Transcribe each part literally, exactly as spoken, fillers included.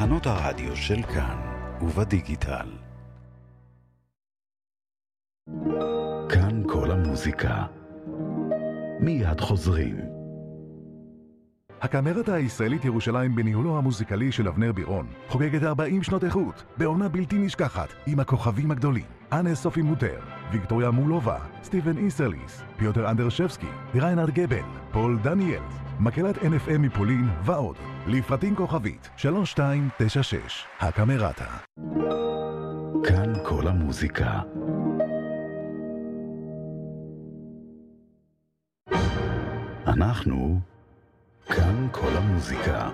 תחנות הרדיו של כאן ובדיגיטל. כאן כל המוזיקה. מיד חוזרים. הקאמרטה הישראלית ירושלים בניהולו המוזיקלי של אבנר בירון חוגגת ארבעים שנות איכות בעונה בלתי נשכחת עם הכוכבים הגדולים: אנה סופי מוטר, ויקטוריה מולובה, סטיבן איסרליס, פיוטר אנדרשבסקי, ריינרד גבל, פול דניאלס, מקהלת אן אף אם מפולין ועוד. לפרטים כוכבית שלוש שתיים תשע שש. הקאמרטה. כאן כל המוזיקה. אנחנו כאן כל המוזיקה.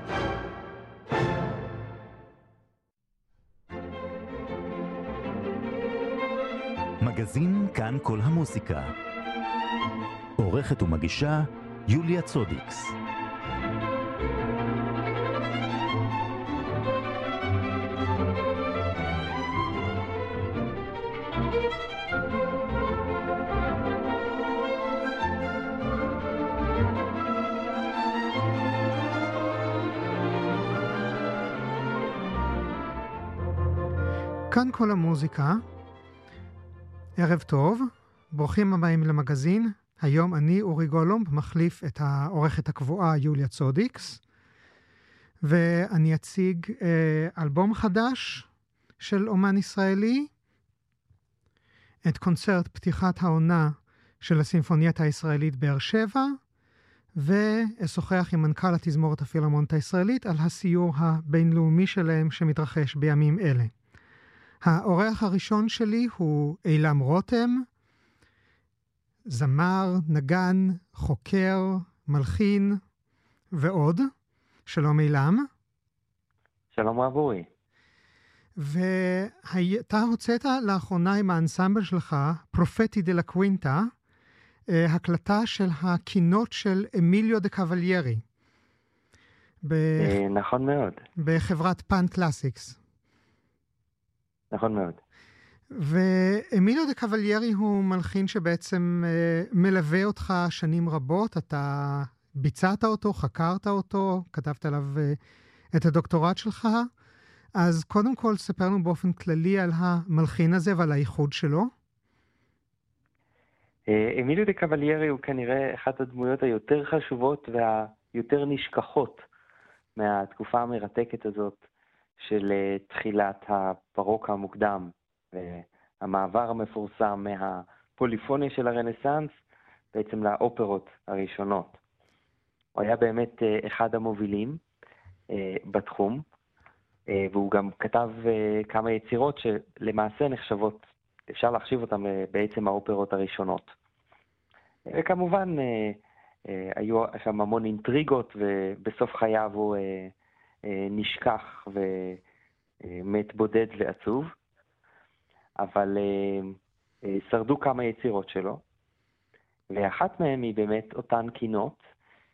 מגזין כאן כל המוזיקה. עורכת ומגישה יוליה צודיקס. כאן כל המוזיקה. ערב טוב, ברוכים הבאים למגזין. היום אני אורי גולומב מחליף את העורכת הקבועה יוליה צודיקס, ואני אציג אה, אלבום חדש של אומן ישראלי, את קונצרט פתיחת העונה של הסימפוניית הישראלית באר שבע, ואשוחח עם מנכ"ל התזמורת הפילהרמונית הישראלית על הסיור הבינלאומי שלהם שמתרחש בימים אלה. האורח הראשון שלי הוא אילם רותם, זמר, נגן, חוקר, מלחין ועוד. שלום אילם. שלום רב אורי. ואתה הוצאת לאחרונה עם האנסמבל שלך, פרופטי דה לה קווינטה, הקלטה של הקינות של אמיליו דה קבליירי. ב... נכון מאוד. בחברת פן קלאסיקס. נכון מאוד. ואמיליו דה קבליירי הוא מלחין שבעצם אה, מלווה אותך שנים רבות. אתה ביצעת אותו, חקרת אותו, כתבת עליו אה, את הדוקטורט שלך. אז קודם כל ספר לנו באופן כללי על המלחין הזה ועל הייחוד שלו. אמיליו דה קבליירי הוא כנראה אחת הדמויות היותר חשובות והיותר נשכחות מהתקופה המרתקת הזאת של תחילת הפרוק המוקדם, והמעבר המפורסם מהפוליפוניה של הרנסנס בעצם לאופרות הראשונות. הוא היה באמת אחד המובילים בתחום, והוא גם כתב כמה יצירות שלמעשה נחשבות, אפשר להחשיב אותן בעצם האופרות הראשונות. וכמובן היו שם המון אינטריגות, ובסוף חייו הוא נשכח ומת בודד ועצוב, אבל שרדו כמה יצירות שלו, ואחת מהן היא באמת אותן קינות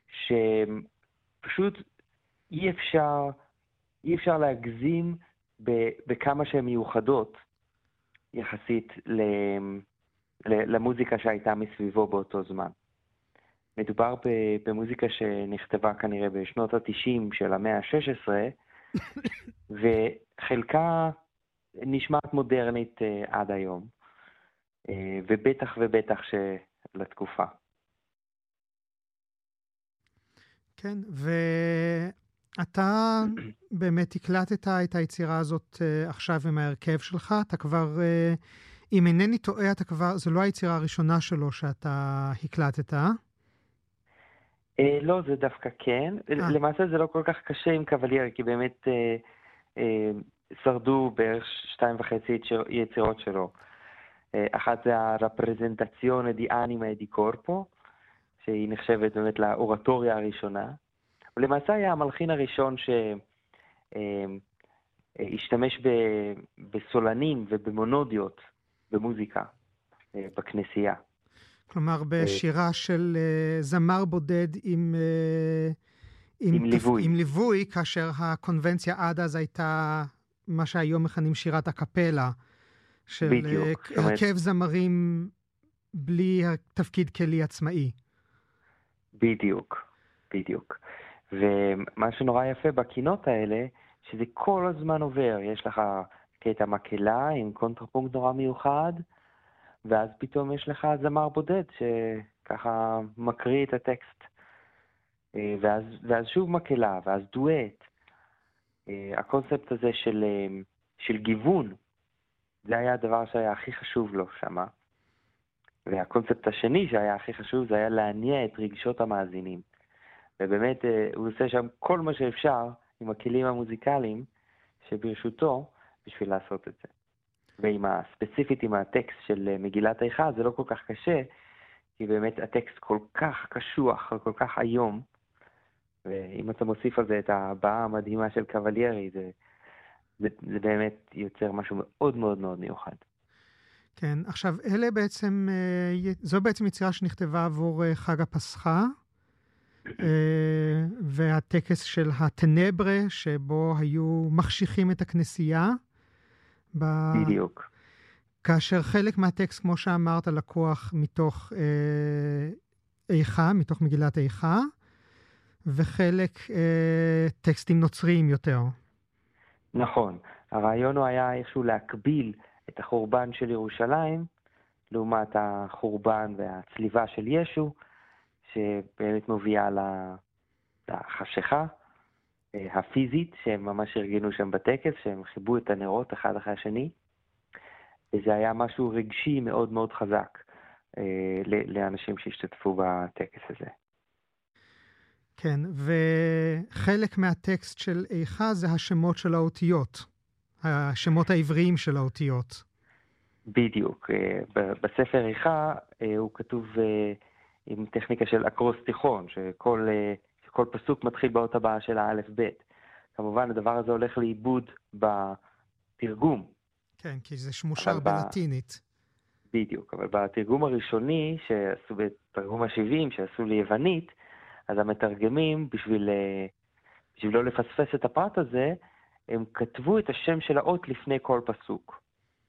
שפשוט אי אפשר אי אפשר להגזים בכמה שהן מיוחדות יחסית למוזיקה שהייתה מסביבו באותו זמן. מדובר במוזיקה שנכתבה כנראה בשנות ה-תשעים של המאה ה-שש עשרה, וחלקה נשמעת מודרנית עד היום, ובטח ובטח לתקופה. כן, ואתה באמת הקלטת את היצירה הזאת עכשיו עם ההרכב שלך. אתה כבר, אם אינני טועה, אתה כבר, זו לא היצירה הראשונה שלו שאתה הקלטת, אה? אה, לא, זה דווקא כן. אה. למעשה זה לא כל כך קשה עם קבליירי, כי באמת אה, אה, שרדו בערך שתיים וחצי יצירות שלו. אה, אחת זה הרפרזנטציונה די אנימה די קורפו, שהיא נחשבת באמת לאורטוריה הראשונה. ולמעשה היה המלחין הראשון שהשתמש אה, בסולנים ובמונודיות במוזיקה אה, בכנסייה. כלומר, בשירה של uh, זמר בודד עם, uh, עם, עם, תפ... ליווי. עם ליווי, כאשר הקונבנציה עד אז הייתה מה שהיום מכנים שירת הקפלה, של בדיוק, uh, הרכב זמרים בלי תפקיד כלי עצמאי. בדיוק, בדיוק. ומה שנורא יפה בקינות האלה, שזה כל הזמן עובר. יש לך קטע מקהלה עם קונטרפונקט נורא מיוחד, ואז פתאום יש לך זמר בודד שככה מקריא את הטקסט. ואז, ואז שוב מקהלה, ואז דואט. הקונספט הזה של, של גיוון, זה היה הדבר שהיה הכי חשוב לו שמה. והקונספט השני שהיה הכי חשוב, זה היה להניע את רגשות המאזינים. ובאמת הוא עושה שם כל מה שאפשר עם הכלים המוזיקליים שברשותו בשביל לעשות את זה. ועם הספציפית עם הטקסט של מגילת איכה, זה לא כל כך קשה, כי באמת הטקסט כל כך קשוח, כל כך היום, ואם אתה מוסיף על זה את הבאה המדהימה של קבליירי, זה, זה, זה באמת יוצר משהו מאוד מאוד מאוד מיוחד. כן, עכשיו אלה בעצם, זו בעצם יצירה שנכתבה עבור חג הפסחה, והטקס של הטנברה, שבו היו מחשיכים את הכנסייה. בדיוק. כאשר חלק מהטקסט, כמו שאמרת, לקוח מתוך איכה, מתוך מגילת איכה, וחלק טקסטים נוצריים יותר. נכון. הרעיון הוא היה איכשהו להקביל את החורבן של ירושלים, לעומת החורבן והצליבה של ישו, שבאמת מובילה לחשיכה הפיזית, שהם ממש ארגנו שם בטקס, שהם חיבו את הנרות אחד אחרי השני, וזה היה משהו רגשי מאוד מאוד חזק אה, לאנשים שהשתתפו בטקס הזה. כן, וחלק מהטקסט של איכה זה השמות של האותיות, השמות העבריים של האותיות. בדיוק, אה, בספר איכה אה, הוא כתוב אה, עם טכניקה של אקרוסטיכון, שכל, אה, שכל פסוק מתחיל באות הבאה של האלף בית. כמובן הדבר הזה הולך לאיבוד בתרגום. כן, כי זה שמושר בלטינית. בדיוק, אבל בתרגום הראשוני, שעשו בתרגום ה-שבעים, שעשו ליוונית, אז המתרגמים, בשביל, בשביל לא לפספס את הפרט הזה, הם כתבו את השם של האות לפני כל פסוק.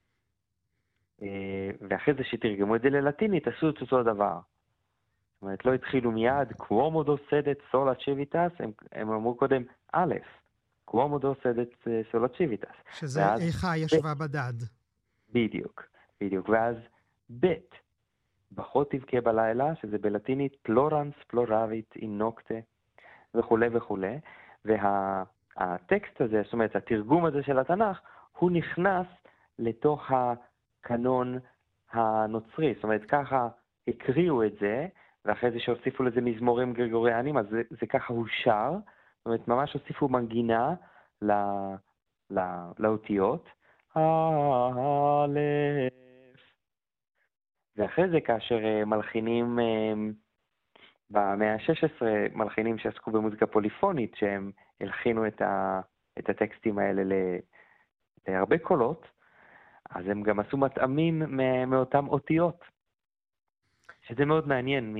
ואחרי זה שתרגמו את זה ללטינית, עשו את אותו דבר. זאת אומרת, לא התחילו מיד, קוומודו סדת סולה צ'יביטס, הם, הם אמרו קודם, א', קוומודו סדת סולה צ'יביטס. שזה איכה ישבה בדד. בדיוק, בדיוק. ואז ב', בחות תבכה בלילה, שזה בלטינית פלורנס פלורבית אינוקטה, וכו' וכו'. והטקסט הזה, זאת אומרת, התרגום הזה של התנ"ך, הוא נכנס לתוך הקנון הנוצרי. זאת אומרת, ככה הקריאו את זה, ואחרי זה שהוסיפו לזה מזמורים גרגוריאנים, אז זה, זה ככה הושר. זאת אומרת, ממש הוסיפו מנגינה ל, ל, לאותיות. אלף. ואחרי זה, כאשר מלחינים במאה ה-שש עשרה, מלחינים שעסקו במוזיקה פוליפונית, שהם הלחינו את, ה, את הטקסטים האלה להרבה קולות, אז הם גם עשו מטעמים מאותם אותיות. שזה מאוד מעניין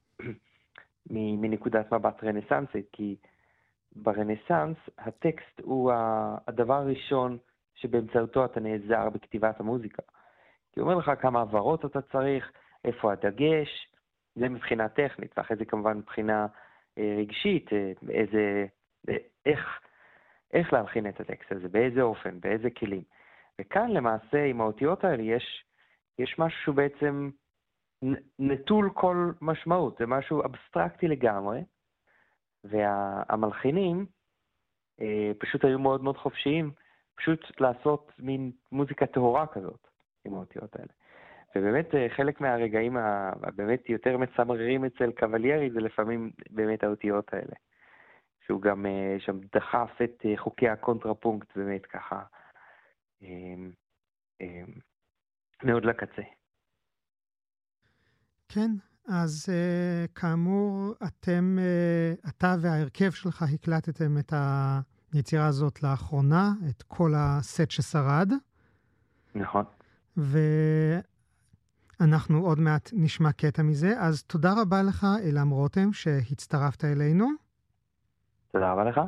מנקודת מבט רנסנסית, כי ברנסנס הטקסט הוא הדבר הראשון שבאמצעותו אתה נעזר בכתיבת המוזיקה. כי הוא אומר לך כמה עברות אתה צריך, איפה הדגש, זה מבחינה טכנית, ואחרי זה כמובן מבחינה רגשית, איזה, איך, איך להלחין את הטקסט הזה, באיזה אופן, באיזה כלים. וכאן למעשה עם האותיות האלה יש, יש משהו שהוא בעצם נטול כל משמעות, זה משהו אבסטרקטי לגמרי, והמלחינים אה, פשוט היו מאוד מאוד חופשיים, פשוט לעשות מין מוזיקה טהורה כזאת עם האותיות האלה. ובאמת חלק מהרגעים הבאמת יותר מצמררים אצל קבליירי זה לפעמים באמת האותיות האלה, שהוא גם אה, שם דחף את אה, חוקי הקונטרפונקט באמת ככה אה, אה, מאוד לקצה. כן, אז uh, כאמור, אתם, uh, אתה וההרכב שלך הקלטתם את היצירה הזאת לאחרונה, את כל הסט ששרד. נכון. ואנחנו עוד מעט נשמע קטע מזה, אז תודה רבה לך, אילם רותם, שהצטרפת אלינו. תודה רבה לך.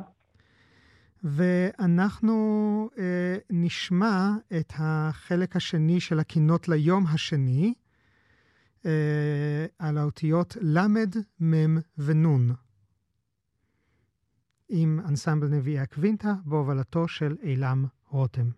ואנחנו uh, נשמע את החלק השני של הקינות ליום השני, Uh, על האותיות למד, מם ונון. עם אנסמבל נביאי הקווינטה בהובלתו של אילם רותם.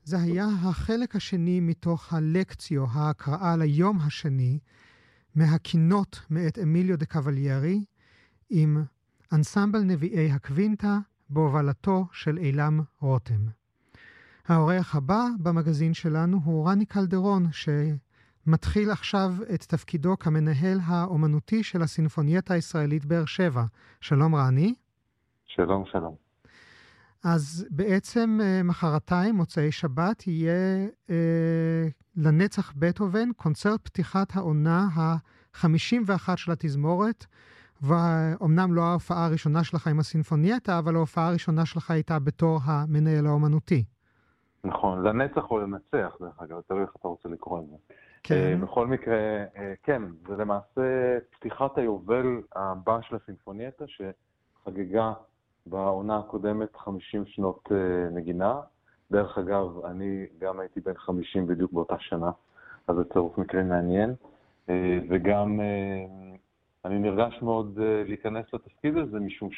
זה היה החלק השני מתוך הלקציו, ההקראה ליום השני, מהקינות מאת אמיליו דה קבליירי, עם אנסמבל נביאי הקווינטה, בהובלתו של אילם רותם. העורך הבא במגזין שלנו הוא רני קלדרון, שמתחיל עכשיו את תפקידו כמנהל האומנותי של הסינפונייטה הישראלית באר שבע. שלום רני. שלום, שלום. אז בעצם מחרתיים, מוצאי שבת, יהיה אה, לנצח בטהובן, קונצרט פתיחת העונה ה-חמישים ואחת של התזמורת, ואומנם לא ההופעה הראשונה שלך עם הסינפונייטה, אבל ההופעה הראשונה שלך הייתה בתור המנהל האומנותי. נכון, לנצח או לנצח, דרך אגב, תראי איך אתה רוצה לקרוא את זה. כן. בכל מקרה, כן, זה למעשה פתיחת היובל הבא של הסינפונייטה, שחגגה בעונה הקודמת חמישים שנות נגינה. דרך אגב, אני גם הייתי בן חמישים בדיוק באותה שנה, אז זה צירוף מקרה מעניין. וגם אני נרגש מאוד להיכנס לתפקיד הזה, משום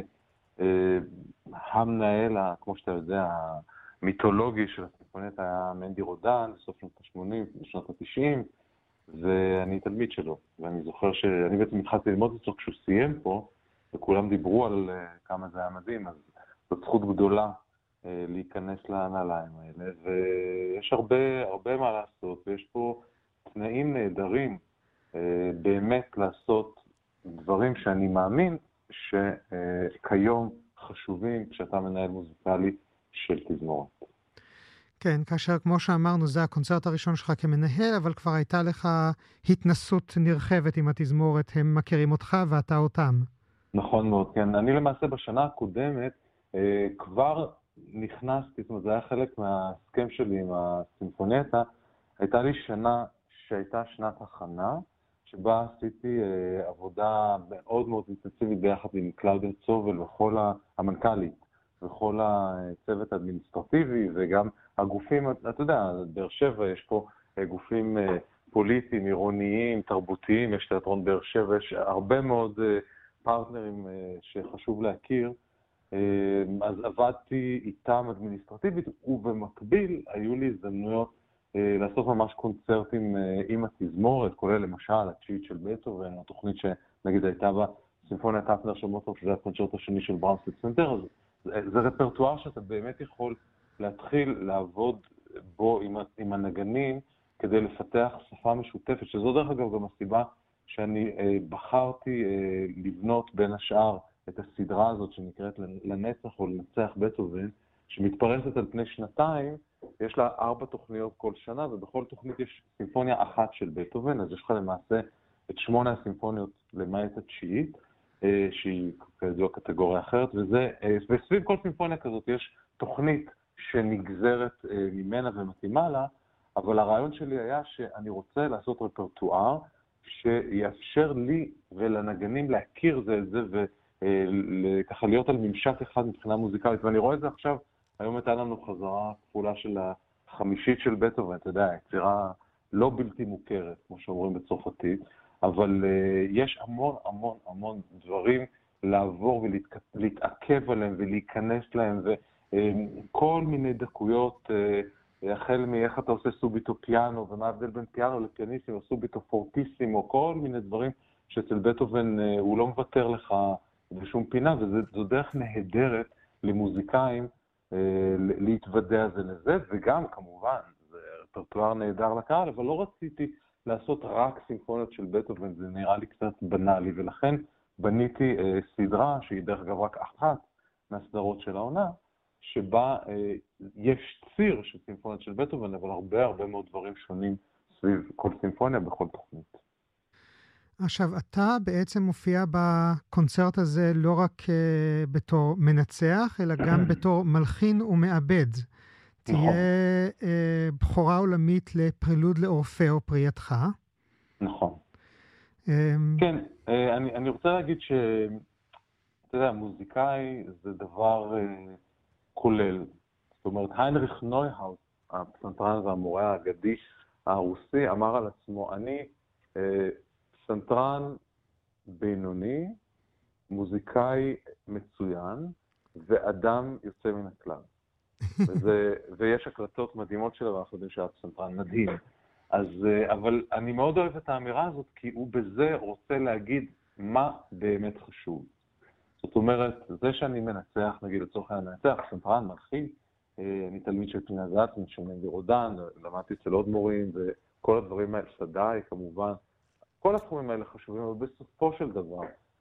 שהמנהל, כמו שאתה יודע, המיתולוגי של הסינפונייטה היה מנדי רודן, בסוף שנות ה-שמונים, בשנות ה-תשעים, ואני תלמיד שלו. ואני זוכר שאני בעצם התחלתי ללמוד את זה כשהוא סיים פה, וכולם דיברו על uh, כמה זה היה מדהים, אז זאת זכות גדולה uh, להיכנס לנעליים האלה, ויש הרבה, הרבה מה לעשות, ויש פה תנאים נהדרים uh, באמת לעשות דברים שאני מאמין שכיום uh, חשובים כשאתה מנהל מוזיקלי של תזמורת. כן, כאשר כמו שאמרנו, זה הקונצרט הראשון שלך כמנהל, אבל כבר הייתה לך התנסות נרחבת עם התזמורת, הם מכירים אותך ואתה אותם. נכון מאוד, כן. אני למעשה בשנה הקודמת אה, כבר נכנסתי, זאת אומרת, זה היה חלק מהסכם שלי עם הסימפונייטה, הייתה לי שנה שהייתה שנת הכנה, שבה עשיתי אה, עבודה מאוד מאוד אינטנסיבית ביחד עם קלאודיה צובל וכל המנכ"לית, וכל הצוות האדמיניסטרטיבי, וגם הגופים, אתה יודע, באר שבע יש פה גופים אה, פוליטיים, עירוניים, תרבותיים, יש תיאטרון באר שבע, יש הרבה מאוד אה, פרטנרים שחשוב להכיר, אז עבדתי איתם אדמיניסטרטיבית, ובמקביל היו לי הזדמנויות לעשות ממש קונצרטים עם התזמורת, כולל למשל התשיעית של בטהובן, התוכנית שנגיד הייתה בה סימפוניית אפנר של מוצרט, שזה הקונצ'רט השני של בראמס בסנטר, אז זה רפרטואר שאתה באמת יכול להתחיל לעבוד בו עם, עם הנגנים, כדי לפתח שפה משותפת, שזו דרך אגב גם הסיבה שאני אה, בחרתי אה, לבנות בין השאר את הסדרה הזאת שנקראת לנצח או לנצח בטהובן, שמתפרסת על פני שנתיים, יש לה ארבע תוכניות כל שנה, ובכל תוכנית יש סימפוניה אחת של בטהובן, אז יש לך למעשה את שמונה הסימפוניות למעט התשיעית, אה, שהיא כזו קטגוריה אחרת, וזה, אה, וסביב כל סימפוניה כזאת יש תוכנית שנגזרת אה, ממנה ומתאימה לה, אבל הרעיון שלי היה שאני רוצה לעשות רפרטואר, שיאפשר לי ולנגנים להכיר זה את זה, וככה להיות על ממשק אחד מבחינה מוזיקלית, ואני רואה את זה עכשיו, היום הייתה לנו חזרה כפולה של החמישית של בטהובן, אתה יודע, יצירה לא בלתי מוכרת, כמו שאומרים בצרפתית, אבל uh, יש המון המון המון דברים לעבור ולהתעכב עליהם ולהיכנס להם, וכל uh, מיני דקויות, uh, החל מאיך אתה עושה סוביטו פיאנו, ומה ההבדל בין פיאנו לפיאניסים, או סוביטו פורטיסים, או כל מיני דברים שאצל בטהובן uh, הוא לא מוותר לך בשום פינה, וזו דרך נהדרת למוזיקאים uh, להתוודע זה לזה, וגם כמובן, זה רפרטואר נהדר לקהל, אבל לא רציתי לעשות רק סימפוניות של בטהובן, זה נראה לי קצת בנאלי, ולכן בניתי אה, סדרה, שהיא דרך אגב רק אחת מהסדרות של העונה, שבה אה, יש ציר של סימפוניות של בטהובן, אבל הרבה הרבה מאוד דברים שונים סביב כל סימפוניה בכל תוכנית. עכשיו, אתה בעצם מופיע בקונצרט הזה לא רק uh, בתור מנצח, אלא גם בתור מלחין ומעבד. תהיה uh, בחורה עולמית לפרילוד לאורפאו פרייתך. נכון. Um, כן, uh, אני, אני רוצה להגיד ש... אתה יודע, מוזיקאי זה דבר uh, כולל. זאת אומרת, היינריך נויהאוס, הפסנתרן והמורה האגדי הרוסי, אמר על עצמו, אני... Uh, פסנתרן בינוני, מוזיקאי מצוין, ואדם יוצא מן הכלל. וזה, ויש הקלטות מדהימות שלו, ואנחנו יודעים שהיה פסנתרן מדהים. אז, אבל אני מאוד אוהב את האמירה הזאת, כי הוא בזה רוצה להגיד מה באמת חשוב. זאת אומרת, זה שאני מנצח, נגיד לצורך העניין מנצח, פסנתרן, מלחין, אני תלמיד של פנינה זלצמן, של מנדי רודן, למדתי אצל עוד מורים, וכל הדברים האלה, סדאי כמובן, כל התחומים האלה חשובים, אבל בסופו של דבר,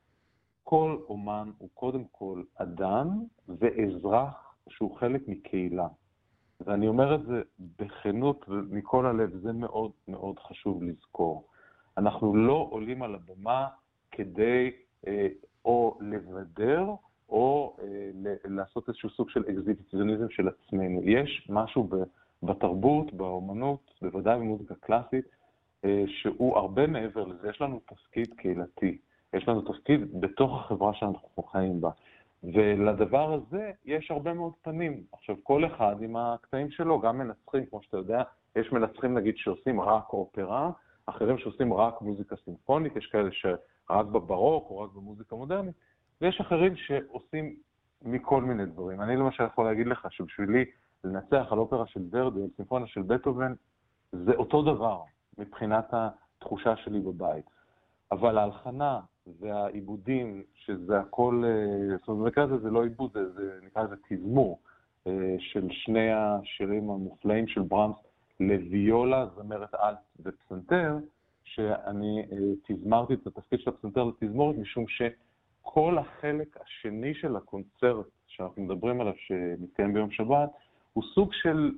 כל אומן הוא קודם כל אדם ואזרח שהוא חלק מקהילה. ואני אומר את זה בכנות ומכל הלב, זה מאוד מאוד חשוב לזכור. אנחנו לא עולים על הבמה כדי אה, או לבדר, או אה, לעשות איזשהו סוג של אקזיביציוניזם של עצמנו. יש משהו בתרבות, באומנות, בוודאי במוזיקה קלאסית, אה, שהוא הרבה מעבר לזה. יש לנו תפקיד קהילתי. יש לנו תפקיד בתוך החברה שאנחנו חיים בה. ולדבר הזה יש הרבה מאוד פנים. עכשיו, כל אחד עם הקטעים שלו, גם מנצחים, כמו שאתה יודע, יש מנצחים נגיד שעושים רק אופרה, אחרים שעושים רק מוזיקה סימפונית, יש כאלה שרק בברוק או רק במוזיקה מודרנית, ויש אחרים שעושים מכל מיני דברים. אני למשל יכול להגיד לך שבשבילי לנצח על אופרה של ורדי, על סימפוניה של בטהובן, זה אותו דבר מבחינת התחושה שלי בבית. אבל ההלחנה והעיבודים, שזה הכל, זאת אומרת, במקרה הזה זה לא עיבוד, זה, זה נקרא לזה תזמור, של שני השירים המופלאים של ברמס לוויולה, זמרת אלט ופסנתר, שאני תזמרתי את התפקיד של הפסנתר לתזמורת, משום שכל החלק השני של הקונצרט שאנחנו מדברים עליו, שמתקיים ביום שבת, הוא סוג של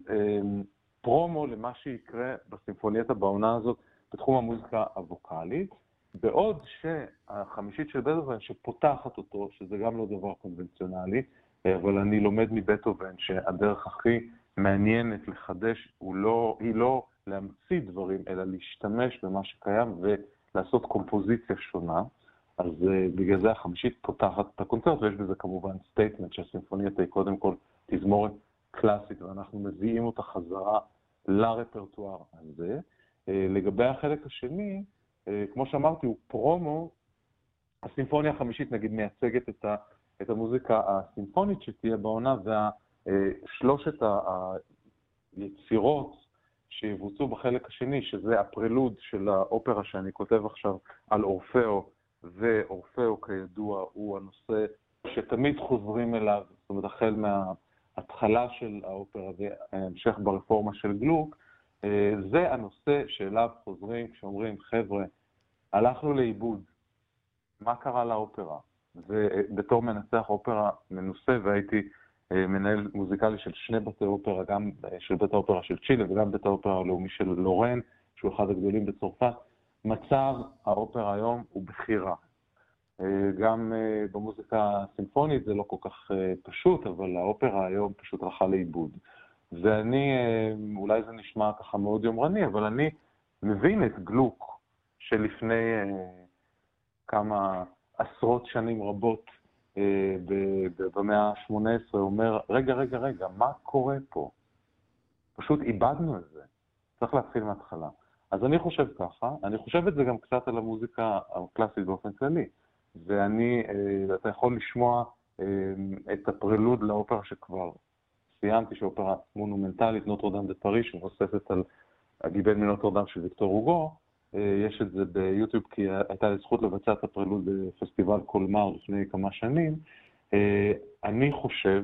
פרומו למה שיקרה בסימפונייטה בעונה הזאת, בתחום המוזיקה הווקלית, בעוד שהחמישית של בטהובן שפותחת אותו, שזה גם לא דבר קונבנציונלי, אבל אני לומד מבטהובן שהדרך הכי מעניינת לחדש הוא לא, היא לא להמציא דברים, אלא להשתמש במה שקיים ולעשות קומפוזיציה שונה. אז בגלל זה החמישית פותחת את הקונצרט, ויש בזה כמובן סטייטמנט שהסימפונייטה היא קודם כל תזמורת קלאסית, ואנחנו מביאים אותה חזרה לרפרטואר הזה. לגבי החלק השני, כמו שאמרתי, הוא פרומו, הסימפוניה החמישית נגיד מייצגת את, ה, את המוזיקה הסימפונית שתהיה בעונה, והשלושת היצירות שיבוצעו בחלק השני, שזה הפרלוד של האופרה שאני כותב עכשיו על אורפאו, ואורפאו כידוע הוא הנושא שתמיד חוזרים אליו, זאת אומרת החל מההתחלה של האופרה והמשך ברפורמה של גלוק, זה הנושא שאליו חוזרים כשאומרים, חבר'ה, הלכנו לאיבוד, מה קרה לאופרה? ובתור מנצח אופרה מנוסה, והייתי מנהל מוזיקלי של שני בתי אופרה, גם של בית האופרה של צ'ילה וגם בית האופרה הלאומי של לורן, שהוא אחד הגדולים בצרפת, מצב האופרה היום הוא בחירה. גם במוזיקה הסימפונית זה לא כל כך פשוט, אבל האופרה היום פשוט הלכה לאיבוד. ואני, אולי זה נשמע ככה מאוד יומרני, אבל אני מבין את גלוק שלפני כמה עשרות שנים רבות במאה ה-שמונה עשרה אומר, רגע, רגע, רגע, מה קורה פה? פשוט איבדנו את זה. צריך להתחיל מההתחלה. אז אני חושב ככה, אני חושב את זה גם קצת על המוזיקה הקלאסית באופן כללי. ואני, אתה יכול לשמוע את הפרלוד לאופרה שכבר סיימתי, שאופרה מונומנטלית, נוטרדם דה פאריס, שמבוססת על הגיבל מנוטרדם של ויקטור הוגו. יש את זה ביוטיוב, כי הייתה לי זכות לבצע את הפרלוד בפסטיבל קולמר לפני כמה שנים. אני חושב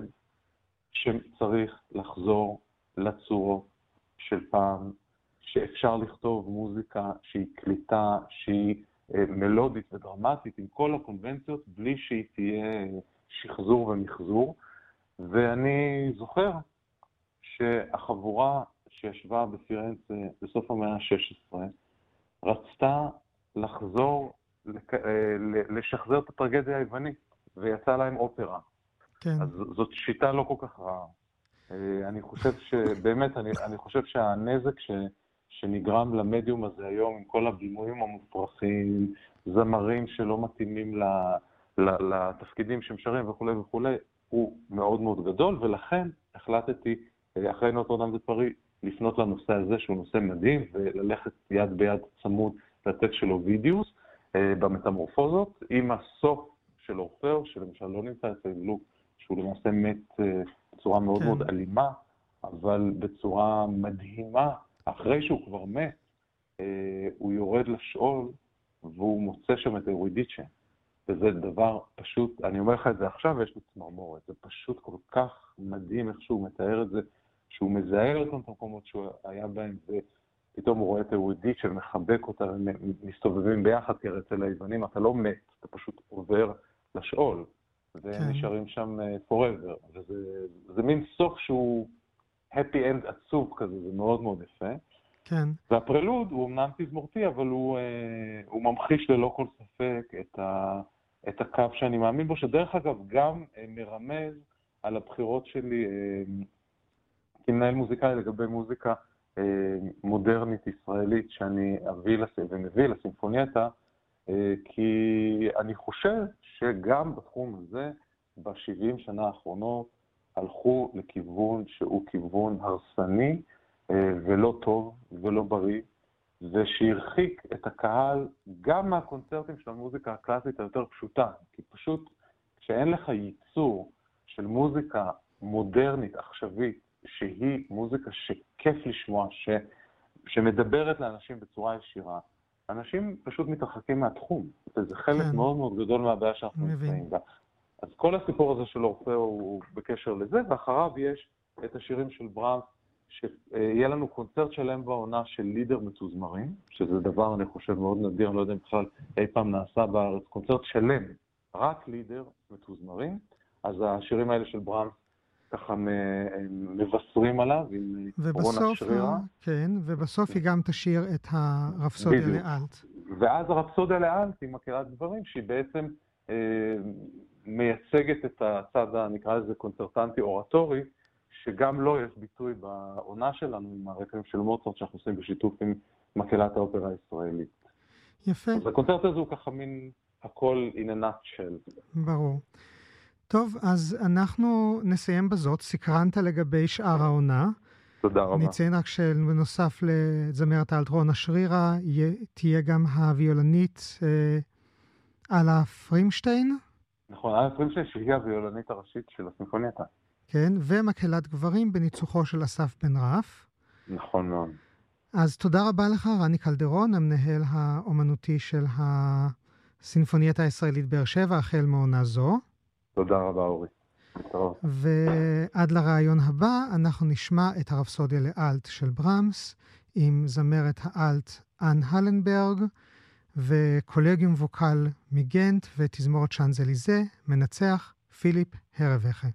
שצריך לחזור לצורות של פעם, שאפשר לכתוב מוזיקה שהיא קליטה, שהיא מלודית ודרמטית, עם כל הקונבנציות, בלי שהיא תהיה שחזור ומחזור. ואני זוכר שהחבורה שישבה בפירנצה בסוף המאה ה-שש עשרה, רצתה לחזור, לשחזר את הטרגדיה היוונית, ויצא להם אופרה. כן. אז זאת שיטה לא כל כך רעה. אני חושב שבאמת, אני, אני חושב שהנזק ש, שנגרם למדיום הזה היום, עם כל הבימויים המופרכים, זמרים שלא מתאימים ל, ל, לתפקידים שמשרים וכו' וכו', הוא מאוד מאוד גדול, ולכן החלטתי, אחרי נוטרדם דה פאריס, לפנות לנושא הזה, שהוא נושא מדהים, וללכת יד ביד צמוד לטקסט של אובידיוס, במטמורפוזות, עם הסוף של אורפאו, שלמשל לא נמצא אצל גלוק, שהוא למעשה מת בצורה מאוד כן. מאוד אלימה, אבל בצורה מדהימה, אחרי שהוא כבר מת, אה, הוא יורד לשאול, והוא מוצא שם את אורידיצ'ה. וזה דבר פשוט, אני אומר לך את זה עכשיו, ויש לי צמרמורת. זה פשוט כל כך מדהים איך שהוא מתאר את זה, שהוא מזהה אותם את המקומות שהוא היה בהם, ופתאום הוא רואה את אורידיצ'ה ומחבק אותה, ומסתובבים ביחד, כי אצל היוונים אתה לא מת, אתה פשוט עובר לשאול, ונשארים שם forever. וזה זה מין סוף שהוא happy end עצוב כזה, זה מאוד מאוד יפה. כן. והפרלוד הוא אמנם תזמורתי, אבל הוא, הוא ממחיש ללא כל ספק את, ה, את הקו שאני מאמין בו, שדרך אגב גם מרמז על הבחירות שלי כמנהל מוזיקאי לגבי מוזיקה מודרנית ישראלית שאני אביא ומביא לסימפונייטה, כי אני חושב שגם בתחום הזה, ב-שבעים שנה האחרונות, הלכו לכיוון שהוא כיוון הרסני, ולא טוב ולא בריא, ושהרחיק את הקהל גם מהקונצרטים של המוזיקה הקלאסית היותר פשוטה, כי פשוט כשאין לך ייצור של מוזיקה מודרנית, עכשווית, שהיא מוזיקה שכיף לשמוע, ש... שמדברת לאנשים בצורה ישירה, אנשים פשוט מתרחקים מהתחום, וזה חלק כן. מאוד מאוד גדול מהבעיה שאנחנו נמצאים בה. אז כל הסיפור הזה של אורפאו הוא בקשר לזה, ואחריו יש את השירים של ברמס, שיהיה לנו קונצרט שלם בעונה של לידר מתוזמרים, שזה דבר, אני חושב, מאוד נדיר, אני לא יודע אם בכלל אי פעם נעשה בארץ, קונצרט שלם, רק לידר מתוזמרים, אז השירים האלה של ברמס ככה מבשרים עליו, עם רונה שרירה. כן, ובסוף היא גם תשאיר את הרפסודיה לאלט. ואז הרפסודיה לאלט היא מכירת דברים, שהיא בעצם אה, מייצגת את הצד, נקרא לזה קונצרטנטי אורטורי, שגם לא יש ביטוי בעונה שלנו עם הרקעים של מוצרט שאנחנו עושים בשיתוף עם מקהלת האופרה הישראלית. יפה. אז הקונצרט הזה הוא ככה מין הכל in a nutshell. ברור. טוב, אז אנחנו נסיים בזאת. סקרנת לגבי שאר העונה. תודה רבה. נציין רק שבנוסף לזמרת האלט רונה שרירה, תהיה גם הוויולנית אה, אלה פרימשטיין. נכון, אלה פרימשטיין שהיא הוויולנית הראשית של הסימפונייטה. כן, ומקהלת גברים בניצוחו של אסף בן רף. נכון מאוד. אז תודה רבה לך, רני קלדרון, המנהל האומנותי של הסימפונייטה הישראלית באר שבע, החל מעונה זו. תודה רבה, אורי. ועד לרעיון הבא, אנחנו נשמע את הרפסודיה לאלט של ברמס, עם זמרת האלט אן הלנברג, וקולגיום ווקל מגנט, ותזמורת שאנזליזה, מנצח פיליפ הרווחה.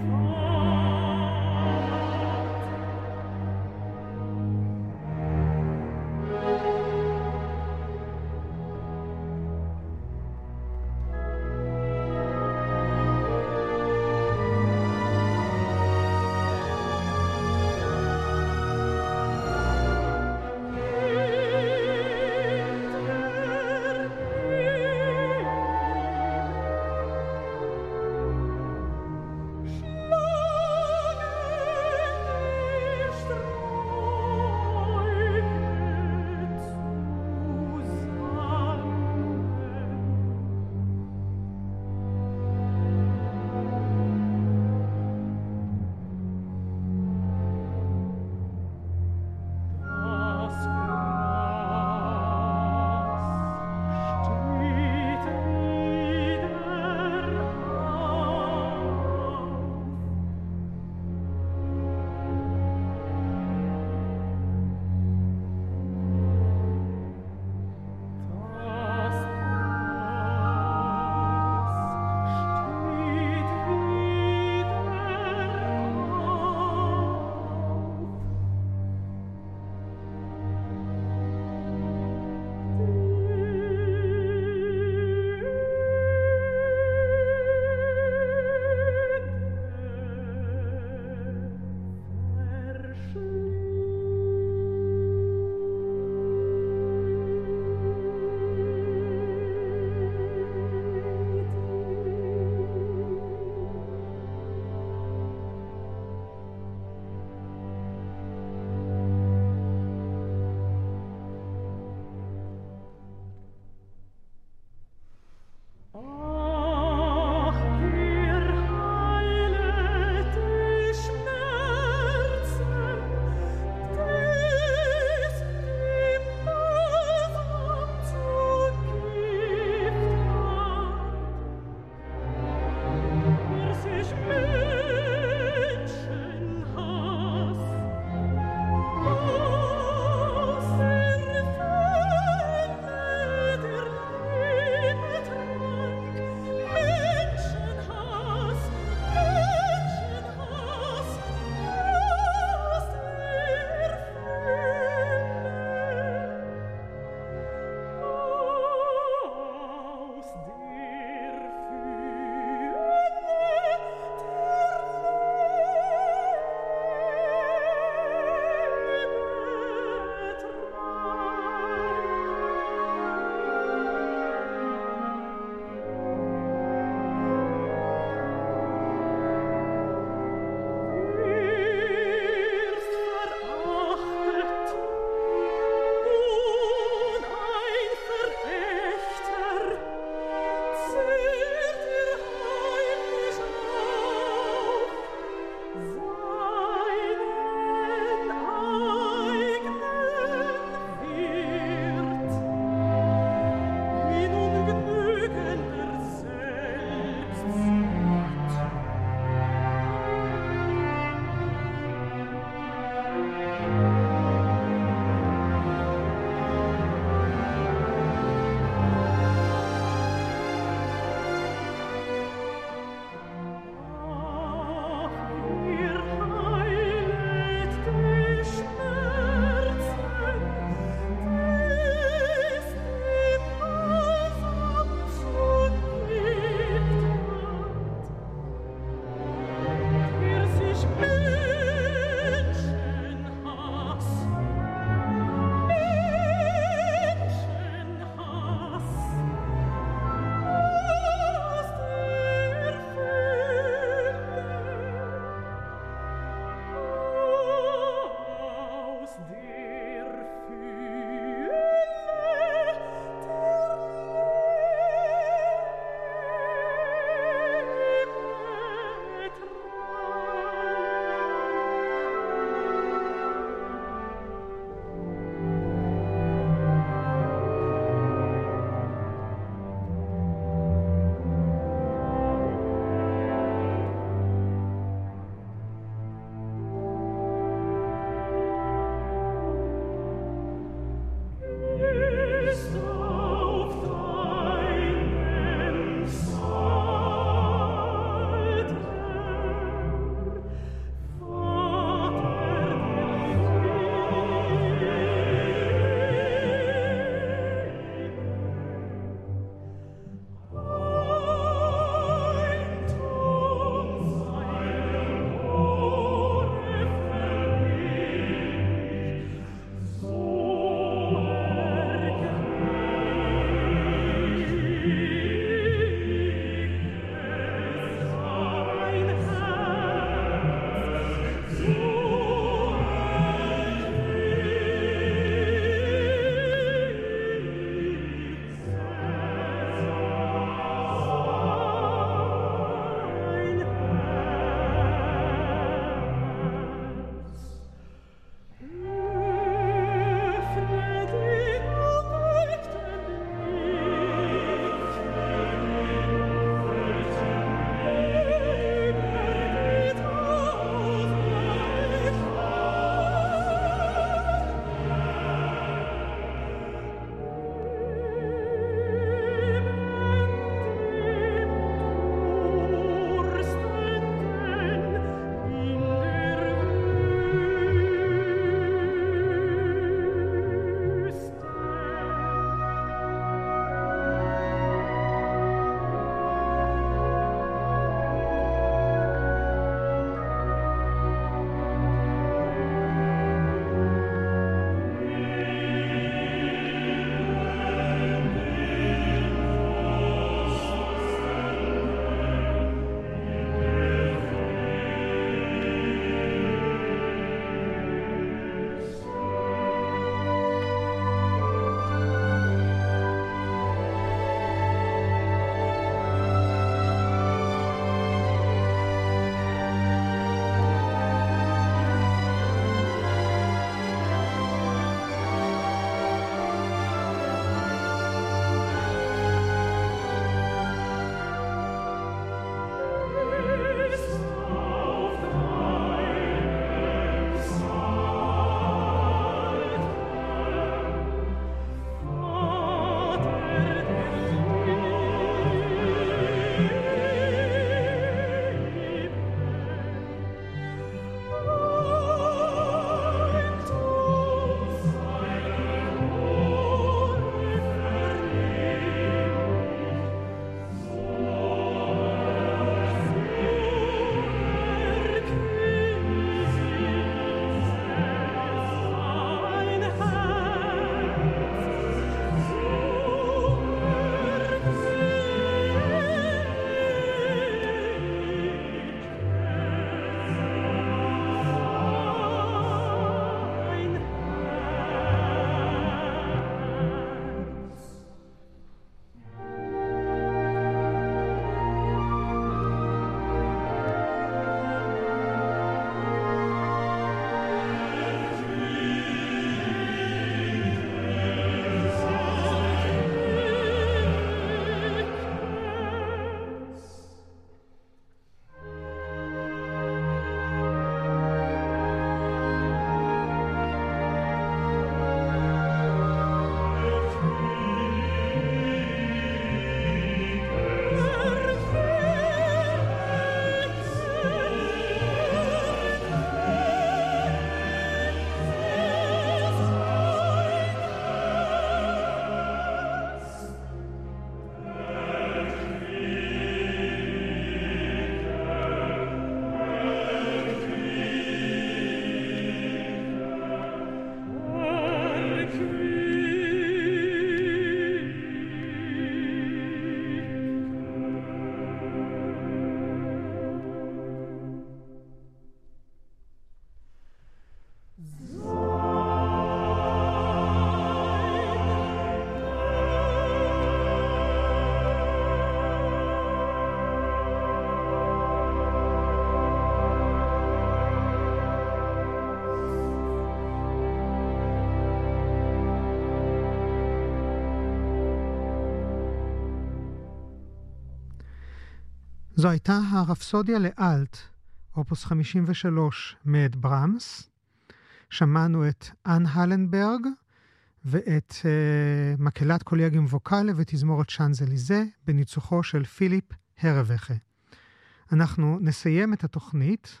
זו הייתה הרפסודיה לאלט, אופוס חמישים ושלוש, מאת ברמס. שמענו את אן הלנברג ואת uh, מקהלת קולגיום ווקאלה ותזמורת שאנזליזה בניצוחו של פיליפ הרווחה. אנחנו נסיים את התוכנית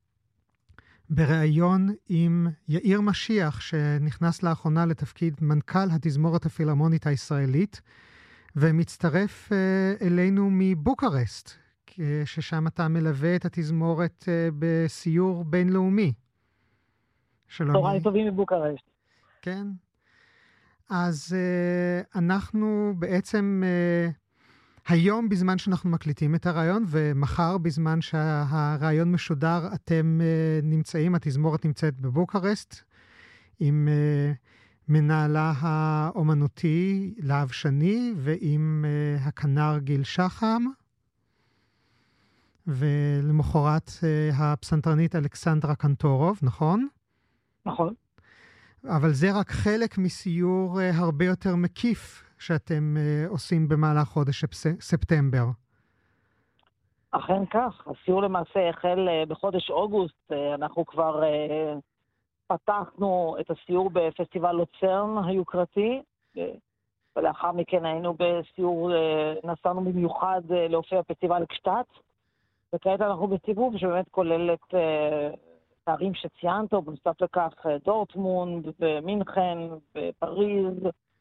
בראיון עם יאיר משיח, שנכנס לאחרונה לתפקיד מנכ"ל התזמורת הפילהרמונית הישראלית, ומצטרף uh, אלינו מבוקרשט, ששם אתה מלווה את התזמורת uh, בסיור בינלאומי. שלום. צהריים טובים מבוקרשט. כן. אז uh, אנחנו בעצם uh, היום בזמן שאנחנו מקליטים את הרעיון, ומחר בזמן שהרעיון משודר, אתם uh, נמצאים, התזמורת נמצאת בבוקרשט, עם uh, מנהלה האומנותי להב שני, ועם uh, הכנר גיל שחם, ולמחרת uh, הפסנתרנית אלכסנדרה קנטורוב, נכון? נכון. אבל זה רק חלק מסיור uh, הרבה יותר מקיף שאתם uh, עושים במהלך חודש ספטמבר. אכן כך. הסיור למעשה החל uh, בחודש אוגוסט. Uh, אנחנו כבר uh, פתחנו את הסיור בפסטיבל לוצרן היוקרתי, uh, ולאחר מכן היינו בסיור, uh, נסענו במיוחד uh, להופיע בפסטיבל קשטט, וכעת אנחנו בסיבוב שבאמת כולל את... Uh, הערים שציינת, ובנוסף לכך דורטמונד, ומינכן, ופריז,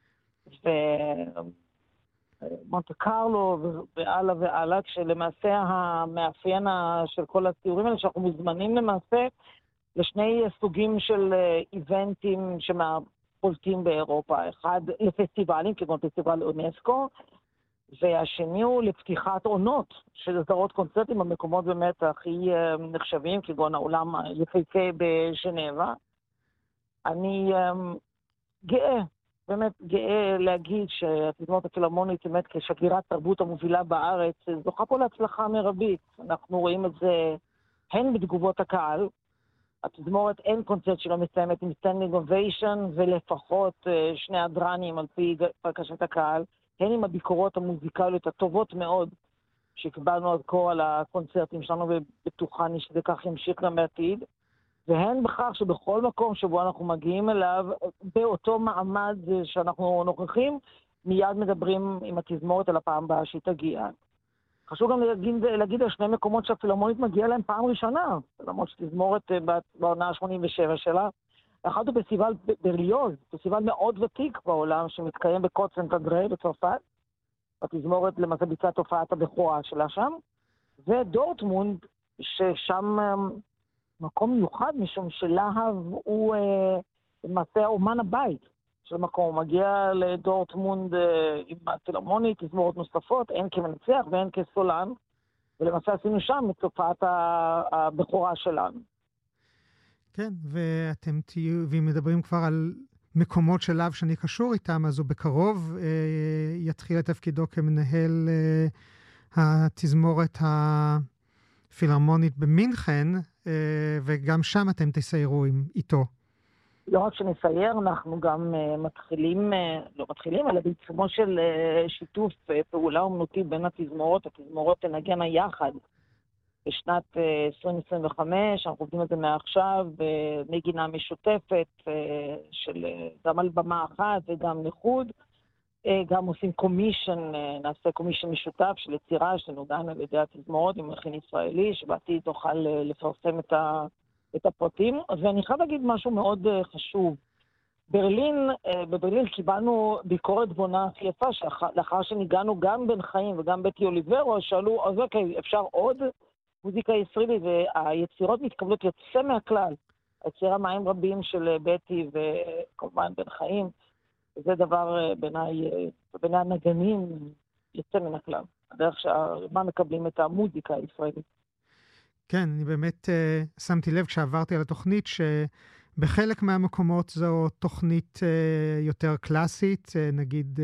ומונטה קרלו, והלאה והלאה, כשלמעשה המאפיין של כל הסיורים האלה, שאנחנו מוזמנים למעשה לשני סוגים של איבנטים שמפולטים באירופה. אחד לפסטיבלים, כגון פסטיבל אונסקו, והשני הוא לפתיחת עונות של סדרות קונצרטים במקומות באמת הכי נחשבים, כגון העולם היפהפה בז'נבה. אני גאה, באמת גאה להגיד שהתזמורת הפילהרמונית באמת כשגרירת תרבות המובילה בארץ, זוכה פה להצלחה מרבית. אנחנו רואים את זה הן בתגובות הקהל, התזמורת אין קונצרט שלא מסיימת עם סטנדינג אוביישן ולפחות שני הדרנים על פי בקשת הקהל, הן עם הביקורות המוזיקליות הטובות מאוד שקיבלנו עד כה על הקונצרטים שלנו, ובטוחני שזה כך ימשיך גם בעתיד, והן בכך שבכל מקום שבו אנחנו מגיעים אליו, באותו מעמד שאנחנו נוכחים, מיד מדברים עם התזמורת על הפעם הבאה שהיא תגיע. חשוב גם להגיד, להגיד על שני מקומות שהפילהרמונית מגיעה להם פעם ראשונה, למרות שתזמורת בעונה ה-שמונים ושבע שלה, אחד הוא פסטיבל ברליוז, פסטיבל מאוד ותיק בעולם, שמתקיים בקוט סנט אנדרה בצרפת. התזמורת למעשה ביצעה תופעת הבכורה שלה שם. ודורטמונד, ששם מקום מיוחד, משום שלהב הוא למעשה אומן הבית של המקום. הוא מגיע לדורטמונד עם הפילהרמונית, תזמורות נוספות, הן כמנצח והן כסולן, ולמעשה עשינו שם את תופעת הבכורה שלנו. כן, ואתם תהיו, ואם מדברים כבר על מקומות של להב שאני קשור איתם, אז הוא בקרוב אה, יתחיל את תפקידו כמנהל אה, התזמורת הפילהרמונית במינכן, אה, וגם שם אתם תסיירו עם, איתו. לא רק שנסייר, אנחנו גם uh, מתחילים, uh, לא מתחילים, אלא בעצמו של uh, שיתוף uh, פעולה אומנותי בין התזמורות, התזמורות תנגנה יחד. בשנת uh, עשרים עשרים וחמש, אנחנו עובדים את זה מעכשיו, uh, נגינה משותפת uh, של uh, גם על במה אחת וגם לחוד. Uh, גם עושים קומישן, uh, נעשה קומישן משותף של יצירה שנוגן על ידי התזמורות עם מכין ישראלי, שבעתיד תוכל uh, לפרסם את ה... את הפרטים, ואני חייב להגיד משהו מאוד uh, חשוב. ברלין, uh, בברלין קיבלנו ביקורת בונה הכי יפה, לאחר שניגענו גם בן חיים וגם בטי אוליברו, שאלו, אז אוקיי, אפשר עוד מוזיקה ישראלית, והיצירות מתקבלות יוצא מהכלל. היצירה מים רבים של בטי וכמובן בן חיים, זה דבר uh, בעיניי, uh, בעיני הנגנים יוצא מן הכלל. הדרך שמה מקבלים את המוזיקה הישראלית. כן, אני באמת uh, שמתי לב כשעברתי על התוכנית שבחלק מהמקומות זו תוכנית uh, יותר קלאסית, uh, נגיד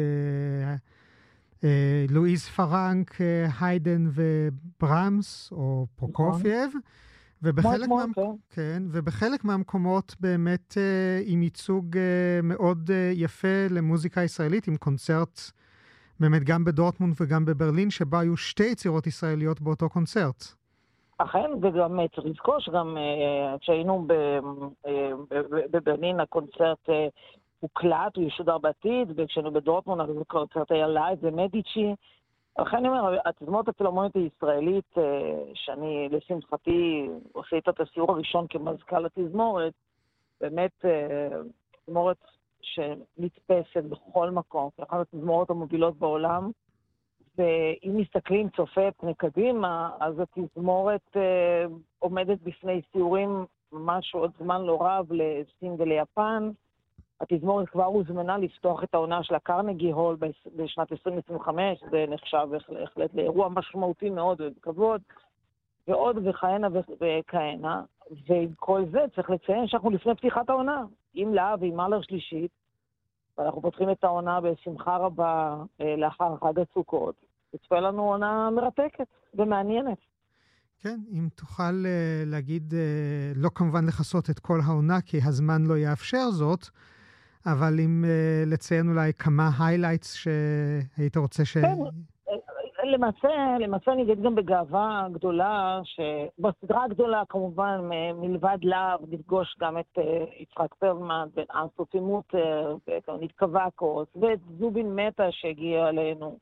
uh, uh, לואיז פרנק, uh, היידן וברמס או פרוקופייב, ובחלק, מה... כן, ובחלק מהמקומות באמת uh, עם ייצוג uh, מאוד uh, יפה למוזיקה ישראלית, עם קונצרט באמת גם בדורטמונד וגם בברלין, שבה היו שתי יצירות ישראליות באותו קונצרט. אכן, וגם צריך לזכור שגם כשהיינו בברלין, הקונצרט הוקלט, הוא ישודר בעתיד, וכשהיינו בדורטמונד, הקונצרט היה לייב במדיצ'י. לכן אני אומר, התזמורת הפילהרמונית הישראלית, שאני לשמחתי עושה איתה את הסיור הראשון כמזכ"ל התזמורת, באמת תזמורת שנתפסת בכל מקום, כאחת התזמורות המובילות בעולם, ואם מסתכלים צופה פני קדימה, אז התזמורת עומדת בפני סיורים ממש עוד זמן לא רב לסין וליפן. התזמורת כבר הוזמנה לפתוח את העונה של הקרנגי הול בשנת עשרים עשרים וחמש, זה נחשב בהחלט לאירוע משמעותי מאוד וכבוד, ועוד וכהנה וכהנה, ועם כל זה צריך לציין שאנחנו לפני פתיחת העונה, עם להב ועם מאלר שלישית, ואנחנו פותחים את העונה בשמחה רבה לאחר חג הסוכות, וצפה לנו עונה מרתקת ומעניינת. כן, אם תוכל להגיד, לא כמובן לחסות את כל העונה, כי הזמן לא יאפשר זאת, אבל אם לציין אולי כמה highlights שהיית רוצה ש... כן, למעשה, למעשה אני אגיד גם בגאווה גדולה, שבסדרה הגדולה כמובן מלבד להב נפגוש גם את יצחק פרלמן ואת אנסופי מוטר ואת אונית קוואקוס ואת זובין מטה שהגיע אלינו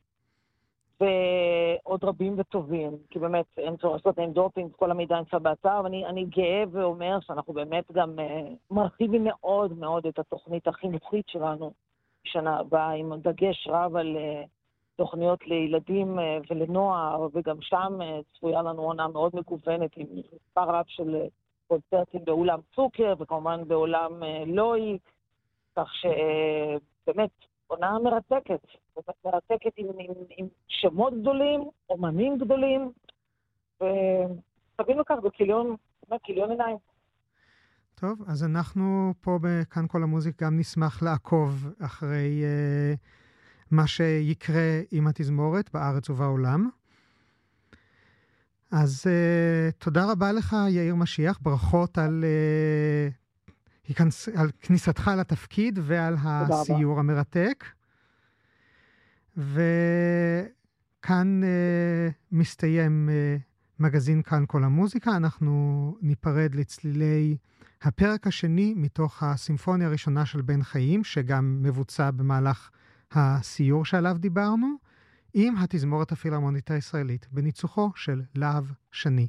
ועוד רבים וטובים, כי באמת אין צורך לעשות עם דופינג, כל המידע נמצא באתר, ואני אני גאה ואומר שאנחנו באמת גם מרחיבים מאוד מאוד את התוכנית החינוכית שלנו בשנה הבאה, עם דגש רב על תוכניות לילדים ולנוער, וגם שם צפויה לנו עונה מאוד מגוונת עם מספר רב של קונצרטים באולם צוקר, וכמובן באולם לואי, כך שבאמת עונה מרתקת, מרתקת עם, עם, עם שמות גדולים, אומנים גדולים, ותבינו כך בכיליון, בכיליון עיניים. טוב, אז אנחנו פה בכאן כל המוזיקה גם נשמח לעקוב אחרי uh, מה שיקרה עם התזמורת בארץ ובעולם. אז uh, תודה רבה לך, יאיר משיח, ברכות על, uh, הכנס, על כניסתך לתפקיד ועל הסיור המרתק. וכאן uh, מסתיים uh, מגזין כאן כל המוזיקה. אנחנו ניפרד לצלילי הפרק השני מתוך הסימפוניה הראשונה של בן חיים, שגם מבוצע במהלך הסיור שעליו דיברנו, עם התזמורת הפילהרמונית הישראלית, בניצוחו של להב שני.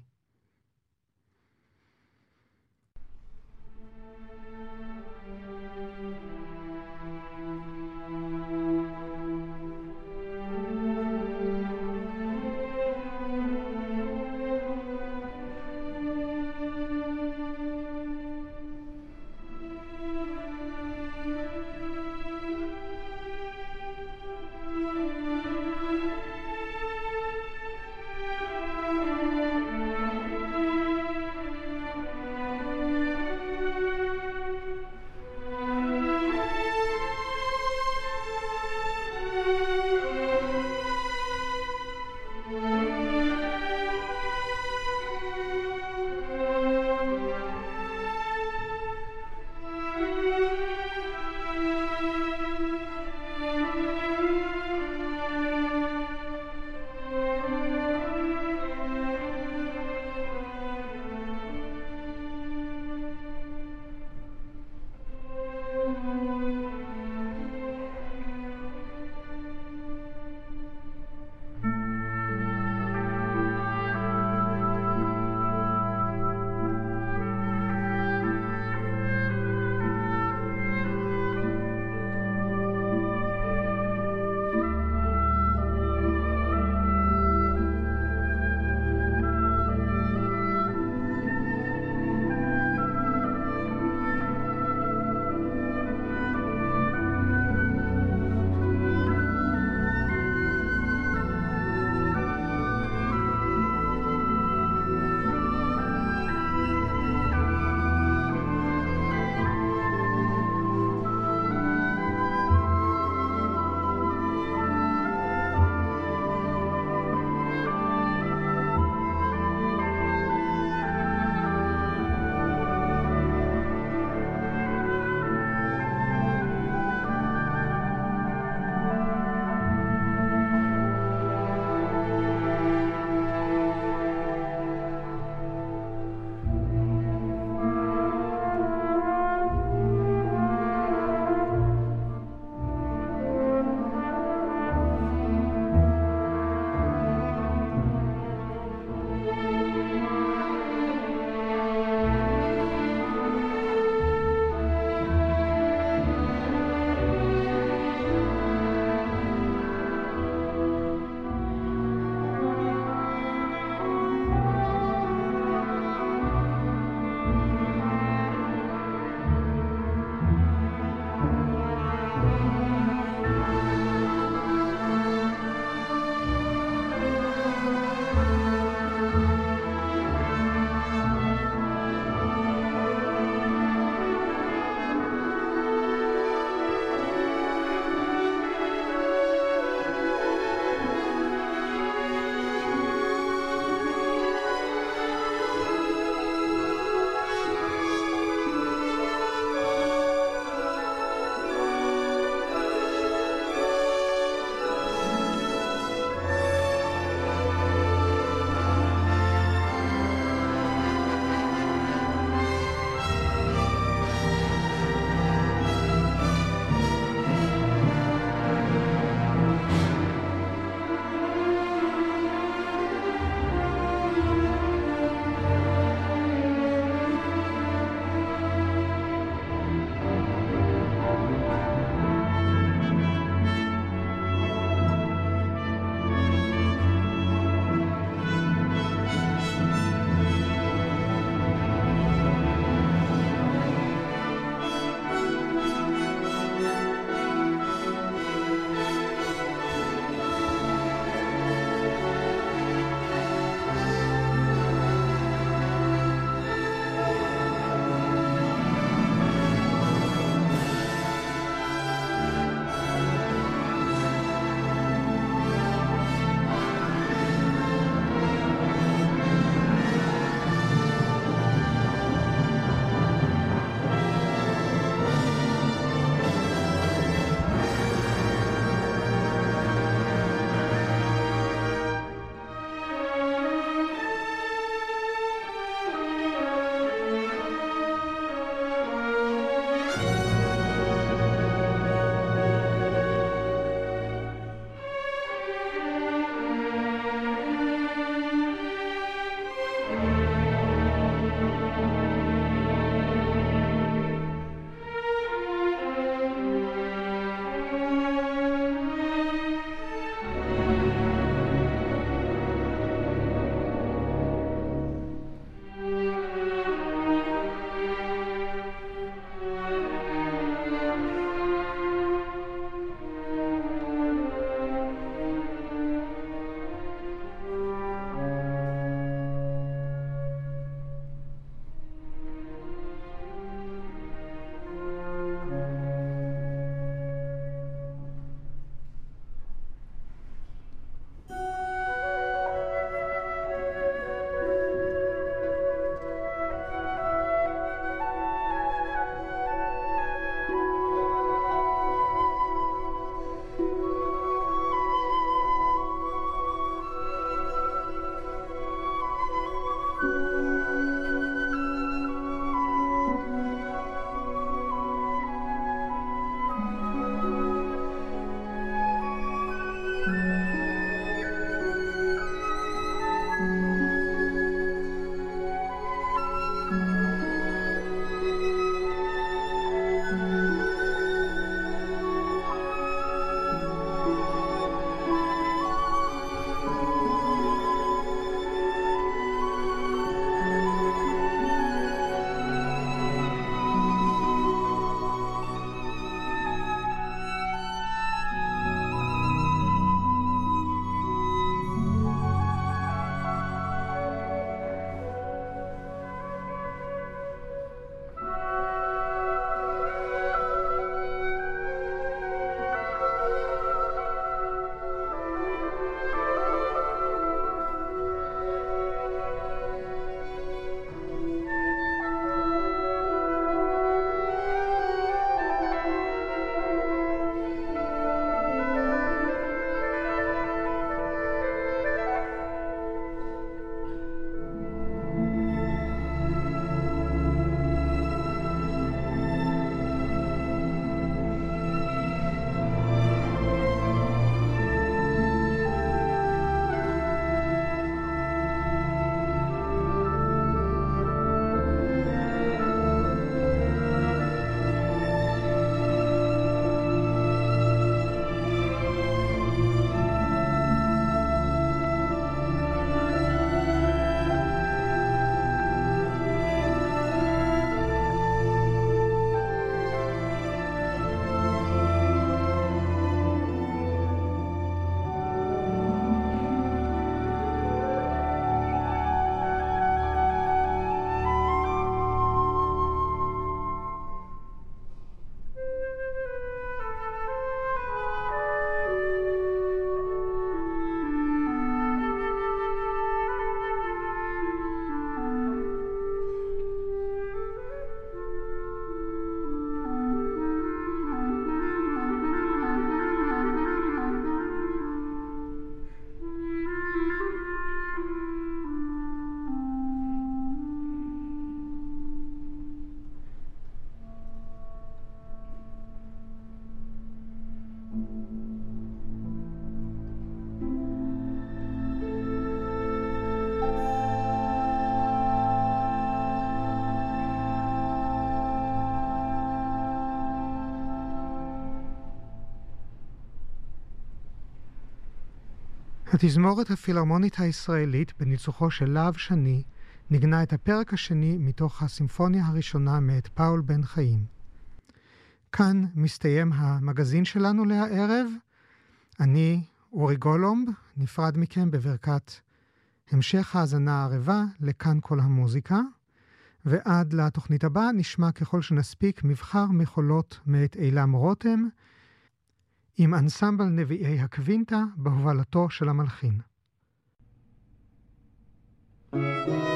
התזמורת הפילהרמונית הישראלית בניצוחו של להב שני נגנה את הפרק השני מתוך הסימפוניה הראשונה מאת פאול בן חיים. כאן מסתיים המגזין שלנו לערב. אני, אורי גולומב, נפרד מכם בברכת המשך האזנה ערבה לכאן כל המוזיקה, ועד לתוכנית הבאה נשמע ככל שנספיק מבחר מחולות מאת אילם רותם, עם אנסמבל נביאי הקווינטה בהובלתו של המלחין. Thank you.